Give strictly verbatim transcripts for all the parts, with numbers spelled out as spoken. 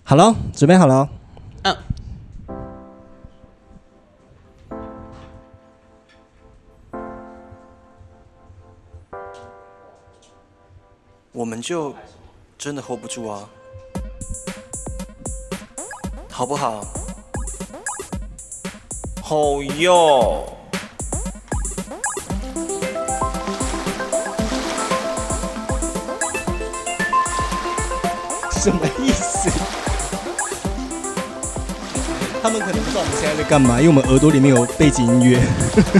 好了，准备好了。 嗯。 我们就真的 hold 不住啊，好不好？好哟。 什么意思？他们可能不知道我们现在在干嘛，因为我们耳朵里面有背景音乐。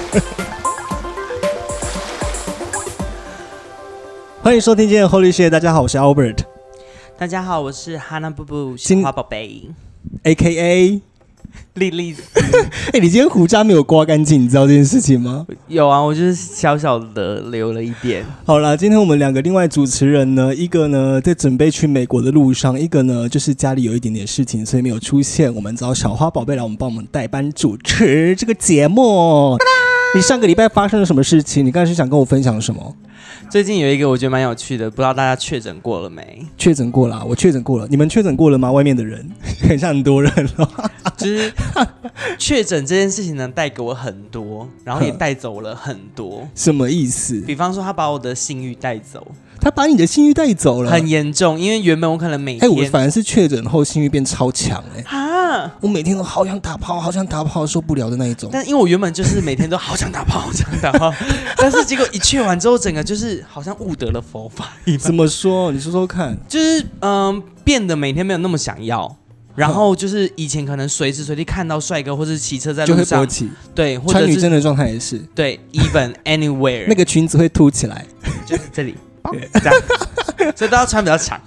欢迎收听今天的 Holy Shit， 大家好，我是 Albert。 大家好，我是哈娜布布小花宝贝 ，A K A 莉莉丝。 哎、欸，你今天胡渣没有刮干净，你知道这件事情吗？ 有啊，我就是小小的留了一点。 好啦，今天我们两个另外主持人呢，一个呢在准备去美国的路上，一个呢就是家里有一点点事情，所以没有出现。我们找小花宝贝来，我们帮我们代班主持这个节目。你上个礼拜发生了什么事情？你刚才是想跟我分享什么？ 最近有一个我觉得蛮有趣的，不知道大家确诊过了没？ 确诊过了，我确诊过了。你们确诊过了吗？外面的人很像很多人哦。 就是确诊这件事情呢，带给我很多，然后也带走了很多。 什么意思？ 比方说，他把我的性欲带走。 他把你的性欲带走了， 很严重。因为原本我可能每天， 哎、欸，我反而是确诊后性欲变超强哎、欸， 啊！ 我每天都好想打炮，好想打炮，受不了的那一种。 但因为我原本就是每天都好想打炮，好想打炮，但是结果一确完之后，整个就是好像悟得了佛法一般。 怎么说？你说说看。 就是嗯，变得每天没有那么想要。然后就是以前可能随时随地看到帅哥，或者是骑车在路上就会勃起， 对，或者是穿女真的状态也是， 对 ，even anywhere， 那个裙子会凸起来， 就是这里，这样，所以都要穿比较长，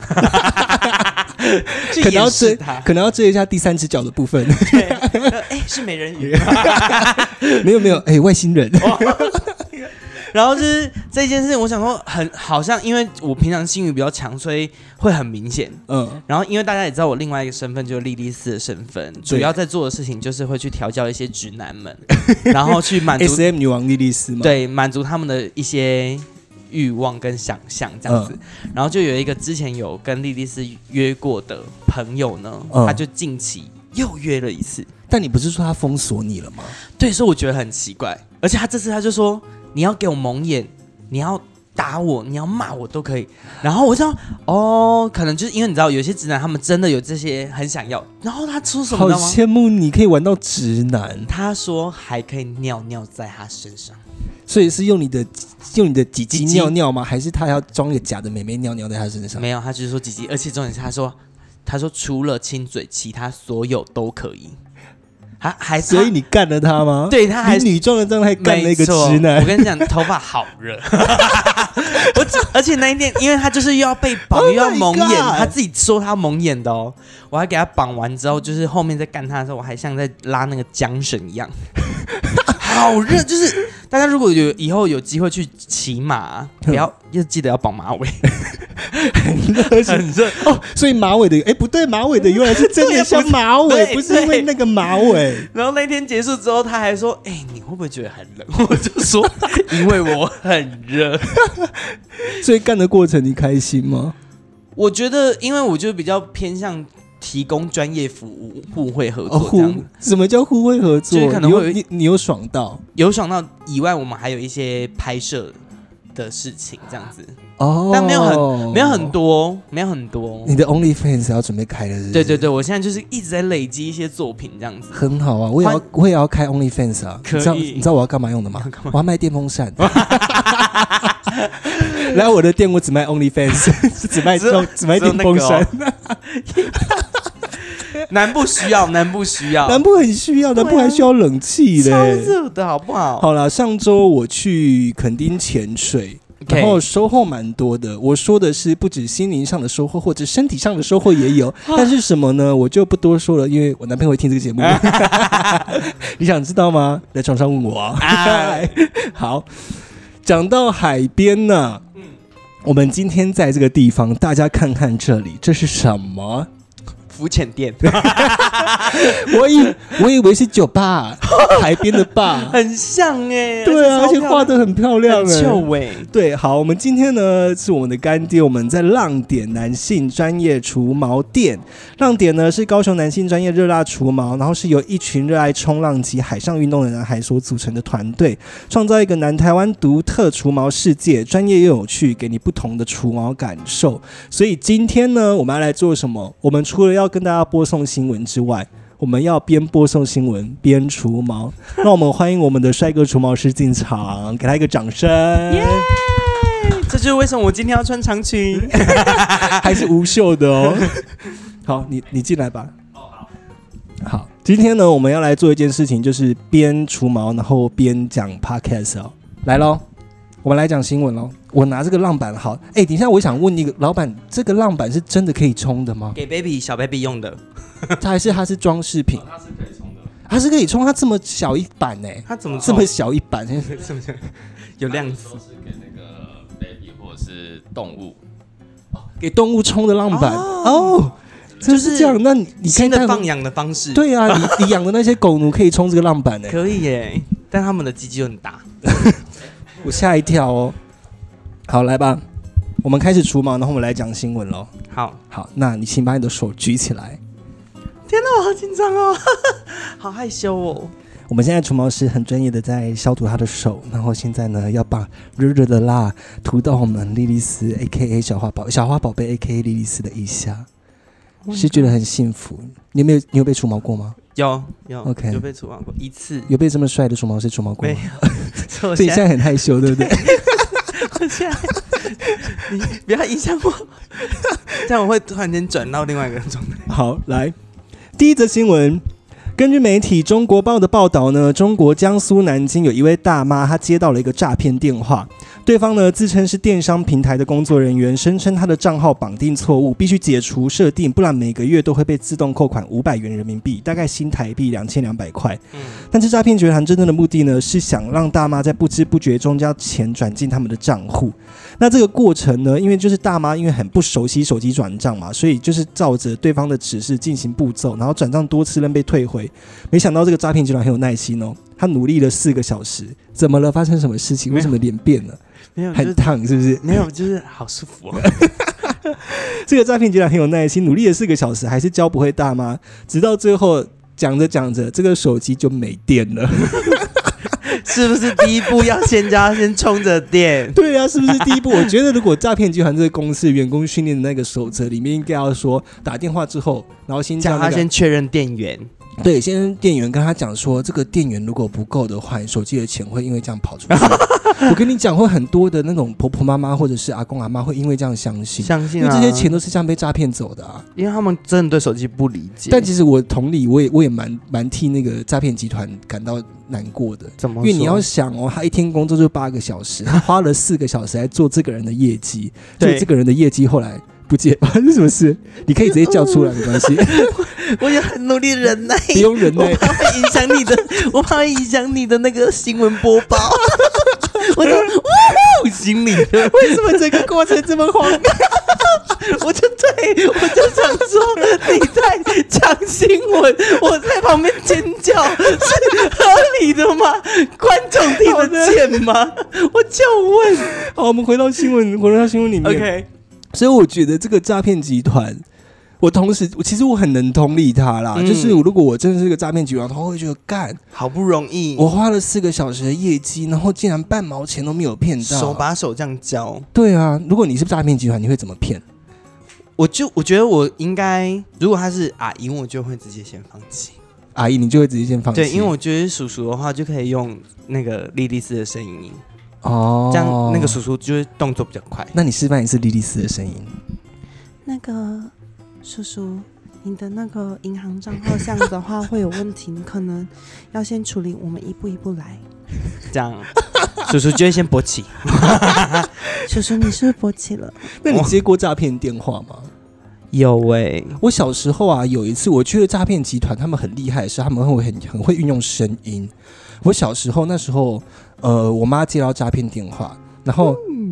可能要遮，可能要遮一下第三只脚的部分。 对，哎，是美人鱼， 没有没有，哎，外星人。 然后就是这件事情，我想说很好像，因为我平常性欲比较强，所以会很明显。嗯，然后因为大家也知道我另外一个身份就是莉莉丝的身份，主要在做的事情就是会去调教一些直男们，然后去满足 S M 女王莉莉丝嘛， 对，满足他们的一些欲望跟想象这样子。嗯、然后就有一个之前有跟莉莉丝约过的朋友呢，嗯、他就近期又约了一次。 但你不是说他封锁你了吗？ 对，所以我觉得很奇怪，而且他这次他就说。你要给我蒙眼，你要打我，你要骂我都可以。然后我就哦，可能就是因为你知道，有些直男他们真的有这些很想要。然后他说什么？ 好羡慕你可以玩到直男。 他说还可以尿尿在他身上， 所以是用你的用你的鸡鸡尿尿吗？还是他要装一个假的妹妹尿尿在他身上？ 没有，他就是说鸡鸡，而且重点是他说，他说除了亲嘴，其他所有都可以。还还所以你干了他吗？ 对，他还你女装的状态干了一个直男。 我跟你讲，头发好热。我而且那一天，因为他就是又要被绑， oh、又要蒙眼，他自己说他蒙眼的哦。我还给他绑完之后，就是后面在干他的时候，我还像在拉那个缰绳一样，好热。就是大家如果有以后有机会去骑马，不要要记得要绑马尾。 很热，很热哦，所以马尾的，哎，不对，马尾的原来是真的像马尾，不是因为那个马尾。 然后那天结束之后，他还说：“哎、欸，你会不会觉得很冷？”我就说：“因为我很热。” 所以干的过程你开心吗？ 我觉得，因为我就比较偏向提供专业服务，互惠合作这样子。 哦、什么叫互惠合作？ 就是可能会有你, 你, 你有爽到， 有爽到以外，我们还有一些拍摄的事情这样子。 哦， 但没有很没有很多，没有很多。 你的 OnlyFans 要准备开了是不是？ 对对对，我现在就是一直在累积一些作品这样子。 很好啊，我也要我也要开 OnlyFans 啊。 可以， 你知道你知道我要干嘛用的吗？我要卖电风扇。来我的店，我只卖 OnlyFans， 只卖只只卖电风扇。 南部需要，南部需要， 南部很需要，南部还需要冷气嘞， 超热的好不好？ 好啦，上周我去垦丁潜水。然后收获蛮多的，我说的是不止心灵上的收获，或者身体上的收获也有。但是什么呢？我就不多说了，因为我男朋友会听这个节目。你想知道吗？来床上问我啊。好，讲到海边呢、啊，我们今天在这个地方，大家看看这里，这是什么？ 浮潜店。 我以我以为是酒吧，海边的吧， 很像哎、欸。 对啊，而且画得很漂亮哎、欸， 臭味。 对，好，我们今天呢是我们的干爹，我们在浪点男性专业除毛店。浪点呢是高雄男性专业热辣除毛，然后是由一群热爱冲浪及海上运动的男孩所组成的团队，创造一个南台湾独特除毛世界，专业又有趣，给你不同的除毛感受。所以今天呢，我们要来做什么？我们除了要跟大家播送新闻之外，我们要边播送新闻边除毛。让我们欢迎我们的帅哥除毛师进场，给他一个掌声。 耶！这就是为什么我今天要穿长裙， 还是无袖的哦。好，你你进来吧。好，今天呢，我们要来做一件事情，就是边除毛，然后边讲 podcast 哦。来咯，我们来讲新闻咯。我拿这个浪板好，哎，等一下，我想问你，老板，这个浪板是真的可以冲的吗？ 给 baby 小 baby 用的， 它还是它是装饰品？ 它是可以冲的， 它是可以冲，它这么小一板呢？ 它怎么这么小一板？ 这么有量子？ 都是给那个 baby 或者是动物， 给动物冲的浪板哦。 哦就是这样，那你你新的放养的方式， 对啊，你你养的那些狗奴可以冲这个浪板呢？ 可以耶，但他们的鸡鸡很大， 我吓一跳哦。好，来吧，我们开始除毛，然后我们来讲新闻喽。 好， 好，那你请把你的手举起来。 天哪，我好紧张哦，好害羞哦。 我们现在除毛师很专业的在消毒他的手，然后现在呢要把热热的蜡涂到我们莉莉丝 A K A 小花宝小花宝贝 A K A 莉莉丝的腋下。是觉得很幸福。你有没有你有被除毛过吗？ 有有 ，OK， 有被除毛过一次。 有被这么帅的除毛师除毛过吗？ 没有， 所以现在很害羞，对不对？ 我现在你不要影响我，这样我会突然间转到另外一个人状态。 好，来第一则新闻。根据媒体中国报的报道呢，中国江苏南京有一位大妈，她接到了一个诈骗电话，对方呢自称是电商平台的工作人员，声称她的账号绑定错误，必须解除设定，不然每个月都会被自动扣款五百元人民币，大概新台币两千两百块。嗯，但是诈骗集团真正的目的呢，是想让大妈在不知不觉中将钱转进他们的账户。那这个过程呢，因为就是大妈因为很不熟悉手机转账嘛，所以就是照着对方的指示进行步骤，然后转账多次仍被退回。没想到这个诈骗集团很有耐心哦，他努力了四个小时，怎么了？发生什么事情？为什么脸变了？ 没有， 很烫是不是？ 没有，就是好舒服哦。 这个诈骗集团很有耐心，努力了四个小时，还是教不会大妈，直到最后讲着讲着，这个手机就没电了。 是不是第一步要先叫他先充着电？ 对啊，是不是第一步？我觉得如果诈骗集团这个公司员工训练的那个守则里面，应该要说打电话之后，然后先叫、那个、 叫他先确认电源。 对，先店员跟他讲说，这个电源如果不够的话，你手机的钱会因为这样跑出去。我跟你讲，会很多的那种婆婆妈妈或者是阿公阿妈会因为这样相信， 相信、啊， 因为这些钱都是这样被诈骗走的啊。 因为他们真的对手机不理解。 但其实我同理，我也我也蛮蛮替那个诈骗集团感到难过的。 怎么说？ 因为你要想哦，他一天工作就八个小时，他花了四个小时来做这个人的业绩，所以这个人的业绩后来不接，发生什么事？你可以直接叫出来，没关系。 我也很努力忍耐， 不用忍耐， 我怕会影响你的，我怕会影响你的那个新闻播报。我就呜，心里为什么整个过程这么荒谬？ 我就对，我就想说你在讲新闻，我在旁边尖叫，是合理的吗？观众听得见吗？我就问。 好，我们回到新闻，回到新闻里面。 OK， 所以我觉得这个诈骗集团。我同时，其实我很能同理他啦，嗯、就是如果我真的是个诈骗集团，他会觉得干好不容易， 我花了四个小时的业绩，然后竟然半毛钱都没有骗到， 手把手这样教。 对啊，如果你是诈骗集团，你会怎么骗？ 我就我觉得我应该，如果他是阿姨，我就会直接先放弃。 阿姨，你就会直接先放弃？ 对，因为我觉得叔叔的话就可以用那个莉莉丝的声音哦， 这样那个叔叔就会动作比较快。 那你示范一次莉莉丝的声音。 那个叔叔。你的那个银行账号这样的话会有问题，你可能要先处理，我们一步一步来。 这样，叔叔就会先勃起。 叔叔，你是不是勃起了？ 那你接过诈骗电话吗？ 有哎、欸， 我小时候啊，有一次我觉得诈骗集团他们很厉害的是，他们会很很会运用声音。我小时候那时候，呃，我妈接到诈骗电话，然后。 嗯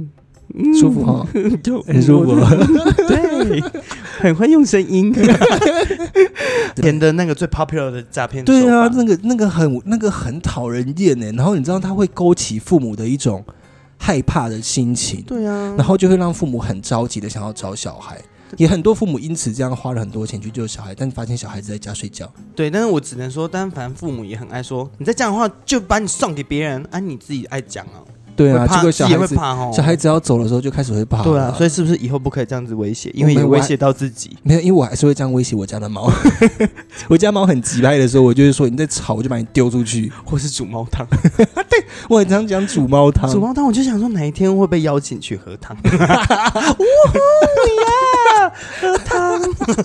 舒服哈， 就很舒服。 对，很会用声音。填的那个最 popular 的诈骗手法， 对啊，那个那个很那个很讨人厌呢。然后你知道它会勾起父母的一种害怕的心情， 对啊， 然后就会让父母很着急的想要找小孩。也很多父母因此这样花了很多钱去救小孩，但发现小孩子在家睡觉。 对，但是我只能说，但反正父母也很爱说，你再这样的话，就把你送给别人，啊，你自己爱讲啊。 对啊，结果小孩子也会怕哦， 小孩子要走的时候就开始会怕。 对啊，所以是不是以后不可以这样子威胁？因为也威胁到自己。 没有，因为我还是会这样威胁我家的猫。我家猫很急掰的时候，我就会说你在吵，我就把你丢出去， 或是煮猫汤。 对，我很常讲煮猫汤。 煮猫汤，我就想说哪一天会被邀请去喝汤。哇呀，喝汤。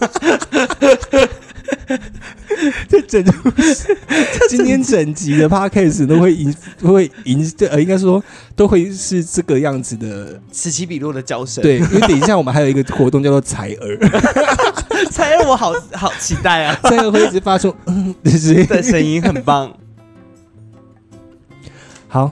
这整今天整集的 podcast 都会引都会引呃，应该说都会是这个样子的此起彼落的叫声。 对，因为等一下我们还有一个活动叫做采耳， 采耳我好好期待啊！ 采耳会一直发出嗯的声音，很棒。 好，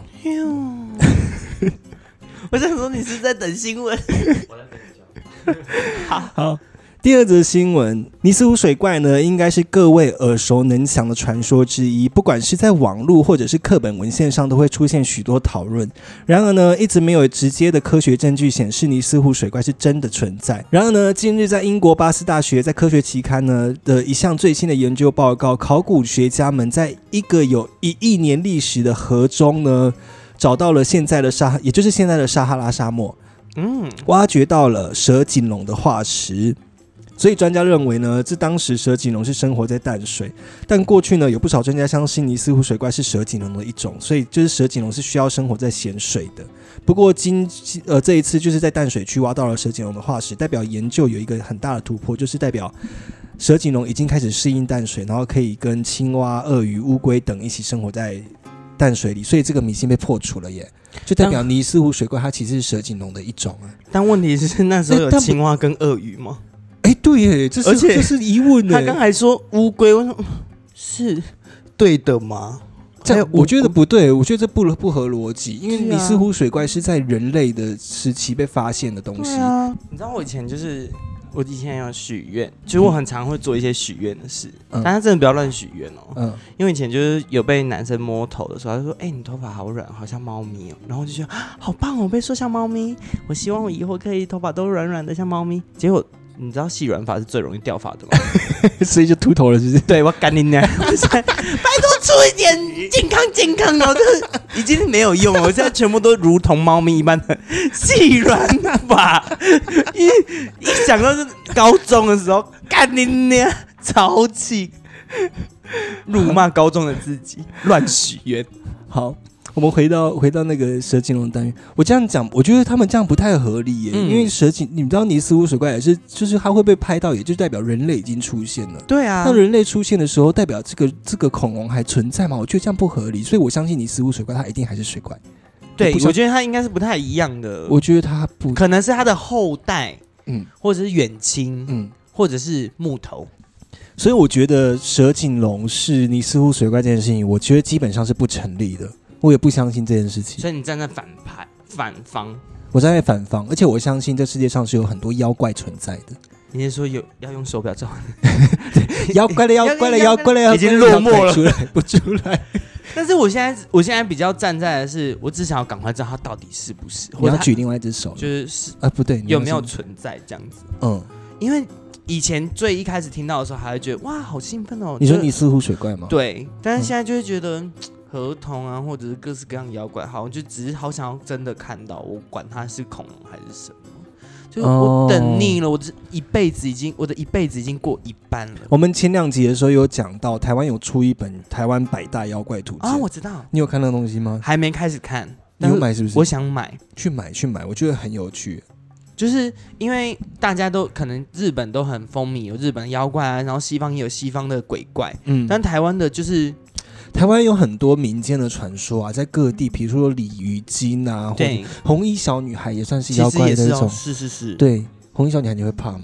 我想说你是在等新闻。我在等你讲。好好。第二则新闻，尼斯湖水怪呢，应该是各位耳熟能详的传说之一，不管是在网络或者是课本文献上，都会出现许多讨论。然而呢，一直没有直接的科学证据显示尼斯湖水怪是真的存在。然而呢，近日在英国巴斯大学在科学期刊呢的一项最新的研究报告，考古学家们在一个有一亿年历史的河中呢，找到了现在的沙，也就是现在的撒哈拉沙漠，嗯，挖掘到了蛇颈龙的化石。所以专家认为呢，这当时蛇颈龙是生活在淡水，但过去呢，有不少专家相信尼斯湖水怪是蛇颈龙的一种，所以就是蛇颈龙是需要生活在咸水的。不过今呃这一次就是在淡水区挖到了蛇颈龙的化石，代表研究有一个很大的突破，就是代表蛇颈龙已经开始适应淡水，然后可以跟青蛙、鳄鱼、乌龟等一起生活在淡水里，所以这个迷信被破除了耶，就代表尼斯湖水怪它其实是蛇颈龙的一种啊。 但问题是那时候有青蛙跟鳄鱼吗？ 哎、欸，对耶，这是而且这是疑问耶。 他刚才说乌龟，我说是对的吗？ 这样我觉得不对，我觉得这不不合逻辑，因为尼斯湖水怪是在人类的时期被发现的东西。 啊、你知道我以前就是我以前要许愿，就是我很常会做一些许愿的事，嗯、但是真的不要乱许愿哦。嗯，因为以前就是有被男生摸头的时候，他就说：“哎、欸，你头发好软，好像猫咪哦。”然后我就觉得好棒哦，被说像猫咪，我希望我以后可以头发都软软的像猫咪。结果。你知道细软发是最容易掉发的吗？ 所以就秃头了，是不是？ 对，我赶紧呢，拜托出一点健康健康哦，就是已经没有用了。我现在全部都如同猫咪一般的细软发。一一想到是高中的时候，赶紧呢，超气，辱骂高中的自己，乱许愿。 好。我们回到回到那个蛇颈龙单元，我这样讲，我觉得他们这样不太合理耶，嗯、因为蛇颈，你知道尼斯湖水怪也是，就是它会被拍到，也就代表人类已经出现了。 对啊， 那人类出现的时候，代表这个这个恐龙还存在吗？我觉得这样不合理，所以我相信尼斯湖水怪它一定还是水怪。 对，我觉得它应该是不太一样的。 我觉得它不可能是它的后代，嗯，或者是远亲，嗯，或者是木头。 所以我觉得蛇颈龙是尼斯湖水怪这件事情，我觉得基本上是不成立的。我也不相信这件事情， 所以你站在反派反方， 我站在反方，而且我相信这世界上是有很多妖怪存在的。 你是说有要用手表照？ 妖怪了，妖怪了，妖怪了， 已经落寞了， 出来不出来？ 但是我现在，我现在比较站在的是，我只想要赶快知道它到底是不是。 我要举另外一只手， 就是啊，不对， 有没有存在这样子？嗯，因为以前最一开始听到的时候，还会觉得哇，好兴奋哦。 你说尼斯湖水怪吗？ 对，但是现在就会觉得。嗯河童啊，或者是各式各样的妖怪，好像就只是好想要真的看到，我管它是恐龙还是什么，就是我等腻了，我这一辈子已经，我的一辈子已经过一半了。 我们前两集的时候有讲到，台湾有出一本《台湾百大妖怪图鉴》 啊，我知道， 你有看那东西吗？ 还没开始看， 你有买是不是？ 我想买， 去买去买，我觉得很有趣。 就是因为大家都可能日本都很风靡，有日本妖怪啊，然后西方也有西方的鬼怪，嗯，但台湾的就是。 台湾有很多民间的传说啊，在各地，比如说鲤鱼精啊，或红衣小女孩也算是妖怪的那种。 是是是。 对，红衣小女孩你会怕吗？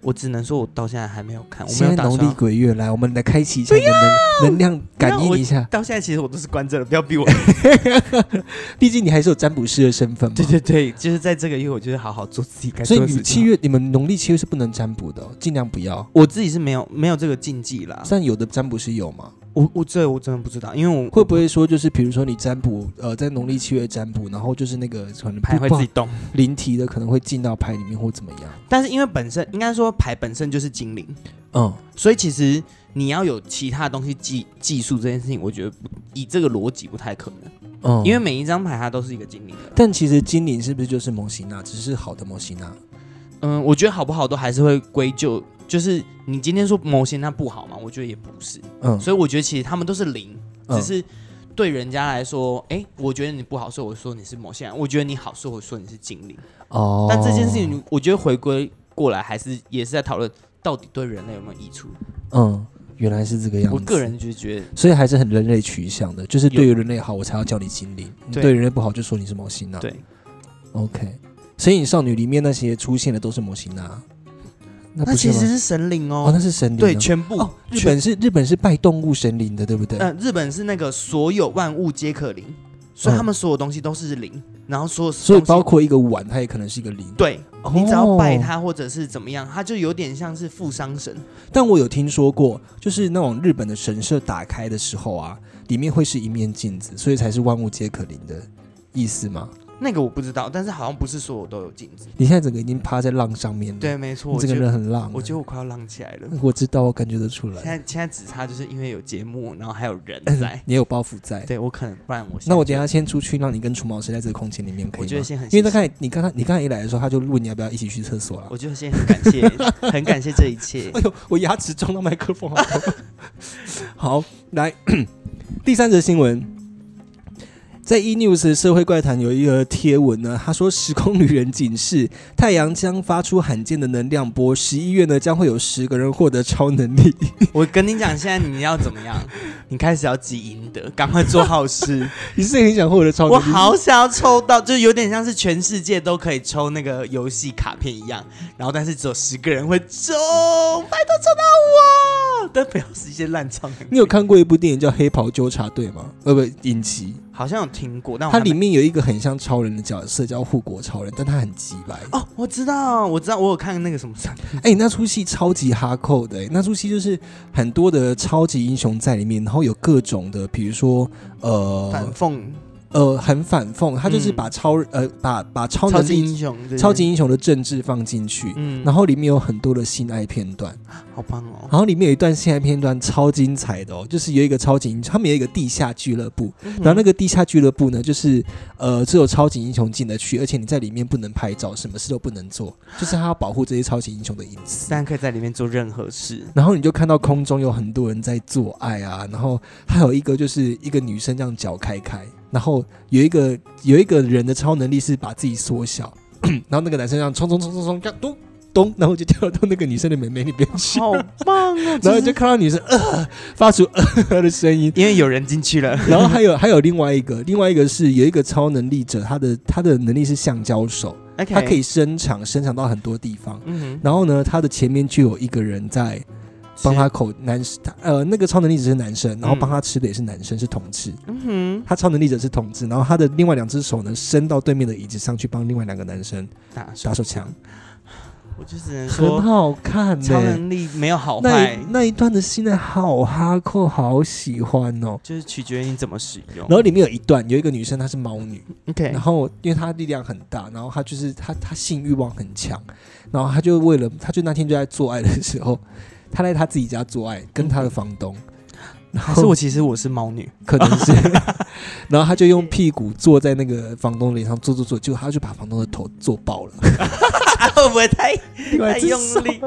我只能说，我到现在还没有看。我没现在有打算农历鬼月来，我们来开启一下你的能能量感应一下。 到现在其实我都是关着了，不要逼我。 毕竟你还是有占卜师的身份嘛。 对对对，就是在这个月，我就是好好做自己该所以做的事情。 你七月，你们农历七月是不能占卜的、哦，尽量不要。 我自己是没有没有这个禁忌啦。 但有的占卜师有吗？ 我我这我真的不知道，因为我会不会说就是比如说你占卜，呃，在农历七月占卜，然后就是那个可能牌会自己动， 灵体的可能会进到牌里面或怎么样？ 但是因为本身应该说牌本身就是精灵， 嗯， 所以其实你要有其他东西技技术这件事情，我觉得不以这个逻辑不太可能。嗯，因为每一张牌它都是一个精灵的。 但其实精灵是不是就是摩西娜？只是好的摩西娜。 嗯，我觉得好不好都还是会归咎，就是你今天说摩西娜不好嘛，我觉得也不是。嗯，所以我觉得其实他们都是灵，只是对人家来说，哎、欸，我觉得你不好，所以我说你是摩西娜；我觉得你好，所以我说你是精灵。哦，但这件事情，我觉得回归过来还是也是在讨论到底对人类有没有益处。嗯。 原来是这个样子， 我个人就觉得， 所以还是很人类取向的，就是对于人类好，我才要叫你精灵；对人类不好，就说你是摩西娜。 对 ，OK，《神隐少女》里面那些出现的都是摩西娜， 那, 那其实是神灵哦， 哦，那是神灵、哦， 对，全部。 哦、日本是日本是拜动物神灵的，对不对？ 呃，日本是那个所有万物皆可灵，所以他们所有东西都是灵。嗯，然后说， 所以包括一个碗，它也可能是一个灵。 对，哦、你只要拜它或者是怎么样，它就有点像是富商神。 但我有听说过，就是那种日本的神社打开的时候啊，里面会是一面镜子，所以才是万物皆可灵的意思吗？ 那个我不知道，但是好像不是所有都有镜子。 你现在整个已经趴在浪上面了。 对，没错， 你这个人很浪。 我觉得我快要浪起来了。 我知道，我感觉得出来。 现在现在只差就是因为有节目，然后还有人在， 你有包袱在。 对我可能，不然我那我等一下先出去，让你跟除毛师在这个空间里面可以吗？ 我觉得先很， 因为他看你刚刚你刚才一来的时候，他就问你要不要一起去厕所了。 我觉得先很感谢，很感谢这一切。 哎呦，我牙齿撞到麦克风了。好，来第三则新闻。在 E-News 社会怪谈有一个贴文呢，他说时空旅人警示太阳将发出罕见的能量波，十一月呢将会有十个人获得超能力。 我跟你讲，现在你要怎么样？你开始要积阴德，赶快做好事。 你是很想获得超能力？ 我好想要抽到，就有点像是全世界都可以抽那个游戏卡片一样，然后但是只有十个人会抽，拜托抽到我，但不要是一些烂超能力。 你有看过一部电影叫《黑袍纠察队》吗？呃，不，影集。 好像有听过，但我它里面有一个很像超人的角色叫护国超人，但他很鸡掰。 哦，我知道，我知道，我有看那个什么。 哎、欸，那出戏超级哈扣的、欸，那出戏就是很多的超级英雄在里面，然后有各种的，比如说呃反讽。 呃，很反讽，他就是把超、嗯、呃把把超能力、 超级英雄、对对超级英雄的政治放进去，嗯，然后里面有很多的性爱片段， 好棒哦。 然后里面有一段性爱片段超精彩的哦，就是有一个超级英雄，他们有一个地下俱乐部，嗯、然后那个地下俱乐部呢，就是呃只有超级英雄进得去，而且你在里面不能拍照，什么事都不能做，就是他要保护这些超级英雄的隐私， 但可以在里面做任何事。 然后你就看到空中有很多人在做爱啊，然后还有一个就是一个女生这样脚开开。然后有一个有一个人的超能力是把自己缩小，然后那个男生这样冲冲冲冲冲，这样咚咚，然后就跳到那个女生的妹妹那边去， 好棒啊！ 然后就看到女生呃发出呃的声音， 因为有人进去了。 然后还有还有另外一个，另外一个是有一个超能力者，他的他的能力是橡胶手， okay. 他可以伸长伸长到很多地方。嗯、然后呢，他的前面就有一个人在。帮他口男呃那个超能力者是男生，然后帮他吃的也是男生，是同志。嗯哼，他超能力者是同志，然后他的另外两只手呢伸到对面的椅子上去帮另外两个男生打打手枪。 我就只能说很好看、欸， 超能力没有好坏。 那, 那一段的戏呢，好哈扣，好喜欢哦。 就是取决于你怎么使用。 然后里面有一段，有一个女生她是猫女 ，OK， 然后因为她力量很大，然后她就是她她性欲望很强，然后她就为了她就那天就在做爱的时候。他在他自己家做爱，跟他的房东。 还是我其实我是猫女， 可能是。然后他就用屁股坐在那个房东脸上坐坐坐，结果他就把房东的头坐爆了。 会不会太太用力？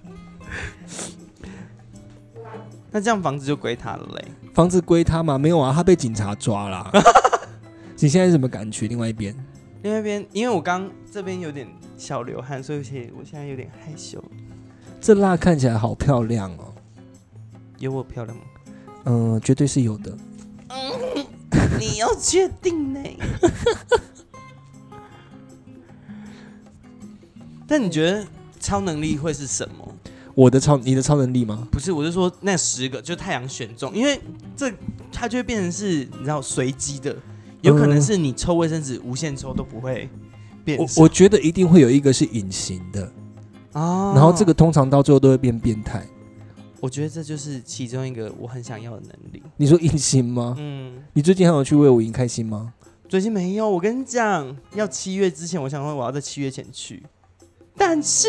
那这样房子就归他了嘞？ 房子归他吗？没有啊，他被警察抓了。你现在是什么感觉？另外一边， 另外一边，因为我刚这边有点小流汗，所以我现在有点害羞。 这蜡看起来好漂亮哦， 有我漂亮吗？ 嗯、呃，绝对是有的。 嗯、你要确定呢？但你觉得超能力会是什么？ 我的超你的超能力吗？ 不是，我是说那十个就太阳选中，因为这它就会变成是你知道随机的，有可能是你抽卫生纸无限抽都不会变少。 我我觉得一定会有一个是隐形的， 哦， 然后这个通常到最后都会变变态。 我觉得这就是其中一个我很想要的能力。 你说隐形吗？ 嗯， 你最近还有去魏武营开心吗？ 最近没有，我跟你讲，要七月之前，我想说我要在七月前去，但是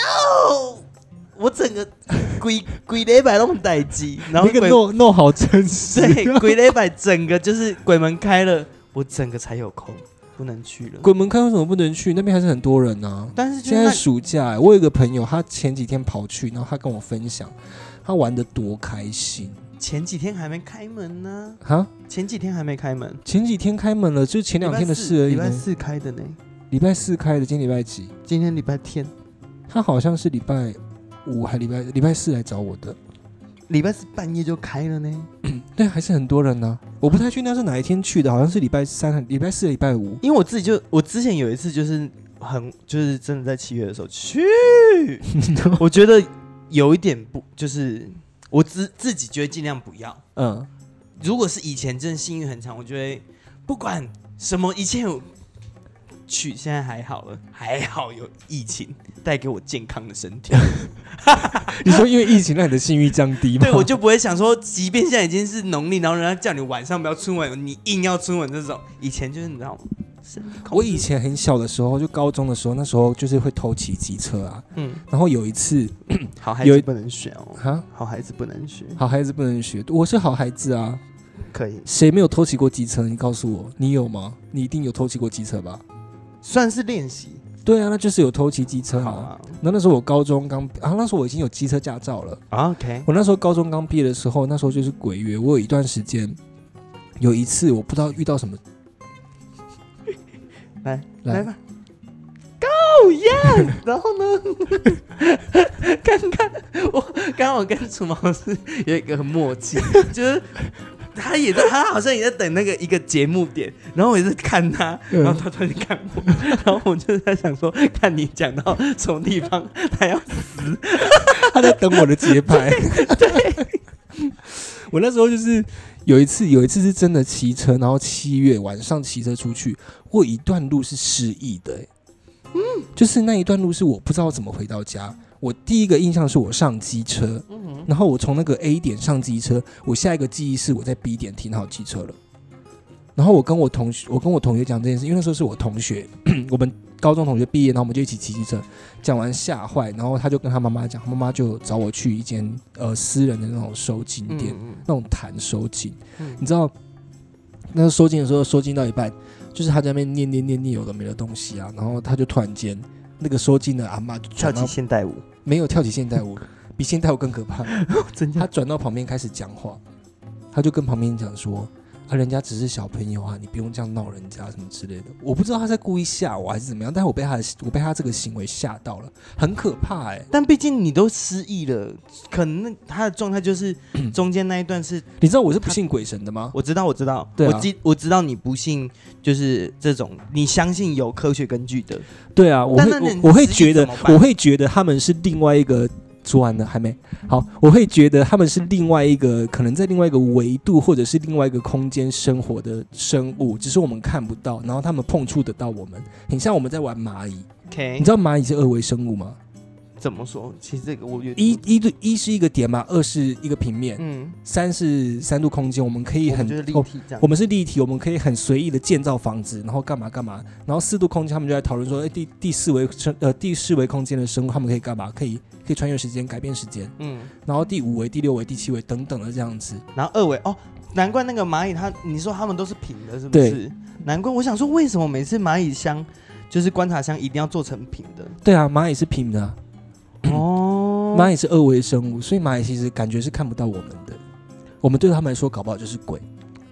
no， 我整个鬼鬼礼拜弄待机，然后那个弄弄好真实， 对，鬼礼拜整个就是鬼门开了，我整个才有空。不能去了， 鬼门开为什么不能去？那边还是很多人啊。 但是现在暑假、欸，我有一个朋友，他前几天跑去，然后他跟我分享，他玩得多开心。 前几天还没开门呢、 啊，哈， 前几天还没开门， 前几天开门了，就是前两天的事而已。 礼拜四开的呢， 礼拜四开的，今天礼拜几？ 今天礼拜天。 他好像是礼拜五还礼拜礼拜四来找我的。 礼拜四半夜就开了呢， 对，还是很多人呢、啊。我不太确定那是哪一天去的，好像是礼拜三、礼拜四、礼拜五。 因为我自己就我之前有一次就是很就是真的在七月的时候去，我觉得有一点不就是我自自己觉得尽量不要。 嗯， 如果是以前真的幸运很长，我觉得不管什么一切有去，现在还好了，还好有疫情带给我健康的身体。 你说因为疫情让你的性欲降低吗？ 对，我就不会想说，即便现在已经是农历，然后人家叫你晚上不要出门，你硬要出门这种。以前就是你知道吗？ 我以前很小的时候，就高中的时候，那时候就是会偷骑机车啊。嗯。然后有一次， 好孩子不能学哦。 哈， 好孩子不能学。 好孩子不能学，我是好孩子啊。 可以。 谁没有偷骑过机车？你告诉我，你有吗？你一定有偷骑过机车吧？ 算是练习。 对啊，那就是有偷骑机车啊。那、啊、那时候我高中刚啊，那时候我已经有机车驾照了。 OK。 我那时候高中刚毕业的时候，那时候就是鬼月。我有一段时间，有一次我不知道遇到什么， 来来, 来吧 ，Go yeah！ 然后呢，看看我刚刚我跟楚毛老师有一个默契，就是他也在，他好像也在等那个一个节目点，然后我也是看他，然后他突然看我，然后我就在想说，看你讲到什么地方，他要死， 他在等我的节拍。 对， 我那时候就是有一次，有一次是真的骑车，然后七月晚上骑车出去，我有一段路是失忆的、欸，嗯，就是那一段路是我不知道怎么回到家。我第一个印象是我上机车，嗯、然后我从那个 A 点上机车，我下一个记忆是我在 B 点停好机车了。然后我跟我同学，我跟我同学讲这件事，因为那时候是我同学，我们高中同学毕业，然后我们就一起骑机车。讲完吓坏，然后他就跟他妈妈讲，妈妈就找我去一间呃私人的那种收金店，嗯嗯那种弹收金。嗯、你知道，那个收金的时候，收金到一半，就是他在那边念念念念有的没的东西啊，然后他就突然间那个收金的阿嬷就跳起现代舞。 没有跳起现代舞，比现代舞更可怕。他转到旁边开始讲话，他就跟旁边讲说：“啊，人家只是小朋友啊，你不用这样闹人家什么之类的。”我不知道他在故意吓我还是怎么样，但是我被他的我被他这个行为吓到了，很可怕哎、欸。 但毕竟你都失忆了，可能他的状态就是中间那一段是， 你知道我是不信鬼神的吗？ 我知道，我知道， 对、啊， 我知我知道你不信，就是这种你相信有科学根据的。 对啊，我会我我会觉得我会觉得他们是另外一个。说完了还没好，我会觉得他们是另外一个可能在另外一个维度或者是另外一个空间生活的生物，只是我们看不到，然后他们碰触得到我们，很像我们在玩蚂蚁。 Okay. 你知道蚂蚁是二维生物吗？ 怎么说？其实这个我一一对一是一个点嘛，二是一个平面，嗯，三是三度空间，我们可以很我们立体这样、哦， 我们是立体，我们可以很随意的建造房子，然后干嘛干嘛，然后四度空间他们就在讨论说，哎，第第四维呃第四维空间的生物他们可以干嘛？可以可以穿越时间，改变时间，嗯，然后第五维、第六维、第七维等等的这样子， 然后二维哦，难怪那个蚂蚁它，你说他们都是平的，是不是？对，难怪我想说为什么每次蚂蚁箱就是观察箱一定要做成平的？ 对啊，蚂蚁是平的、啊。 哦， 蚂蚁是二维生物，所以蚂蚁其实感觉是看不到我们的，我们对他们来说搞不好就是鬼。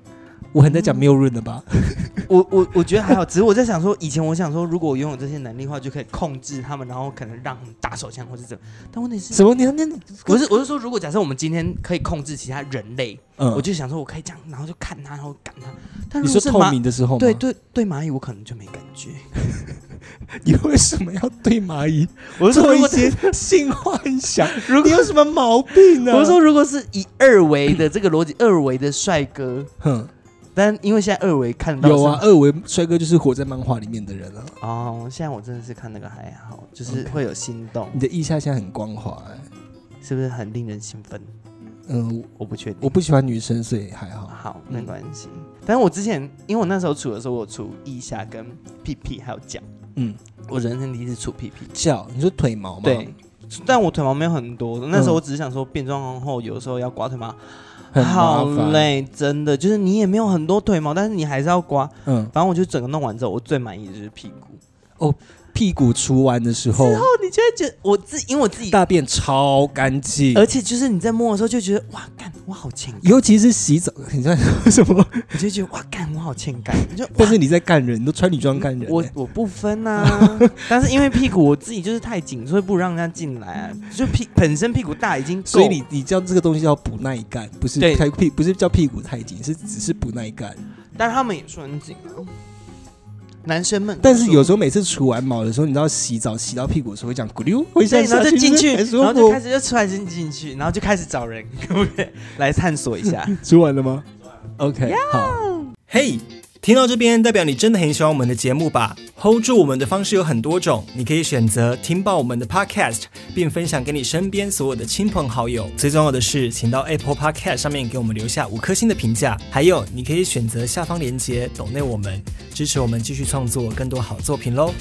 我很在讲谬论的吧？ 我我我觉得还好，只是我在想说，以前我想说，如果我拥有这些能力的话，就可以控制他们，然后可能让他们打手枪或者怎么。但问题是什么？你那我是我是说，如果假设我们今天可以控制其他人类， 嗯， 我就想说我可以这样，然后就看他，然后赶他。但你说透明的时候吗？ 对对对，蚂蚁我可能就没感觉。 你为什么要对蚂蚁我是说做一些性幻想？如果你有什么毛病呢？ 我是说，如果是以二维的这个逻辑，二维的帅哥，哼。但因为现在二维看到有啊，二维帅哥就是活在漫画里面的人啊。 哦，现在我真的是看那个还好，就是会有心动。 你的腋下现在很光滑、欸， 是不是很令人兴奋？ 嗯， 我不确定， 我不喜欢女生，所以还好。 好，没关系。嗯、但是我之前，因为我那时候除的时候，我除腋下跟屁屁还有脚。嗯，我人生第一次除屁屁。 脚？你说腿毛吗？ 对，但我腿毛没有很多。那时候我只是想说，变装后有时候要刮腿毛。好累，真的，就是你也没有很多腿毛，但是你还是要刮。嗯，反正我就整个弄完之后，我最满意的就是屁股。哦， 屁股除完的时候， 之后你就会觉得我自，因为我自己大便超干净， 而且就是你在摸的时候就觉得哇，干我好欠干。 尤其是洗澡，你在说什么？ 我就觉得哇，干我好欠干。就但是你在干人，你都穿女装干人、欸， 我我不分啊。但是因为屁股我自己就是太紧，所以不让人家进来啊。就屁本身屁股大已经够， 所以你你叫这个东西叫补耐干，不是太屁，不是叫屁股太紧，是只是补耐干。 但他们也说很紧啊。男生们， 但是有时候每次除完毛的时候，你知道洗澡洗到屁股的时候会这样咕溜，会对，然后就进去，然后就开始就出来进进去，然后就开始找人来探索一下。 除完了吗 ？OK， 好。嘿、hey, 听到这边，代表你真的很喜欢我们的节目吧 ？Hold 住我们的方式有很多种，你可以选择听爆我们的 Podcast， 并分享给你身边所有的亲朋好友。最重要的是，请到 Apple Podcast 上面给我们留下五颗星的评价。还有，你可以选择下方连结抖内我们，支持我们继续创作更多好作品喽。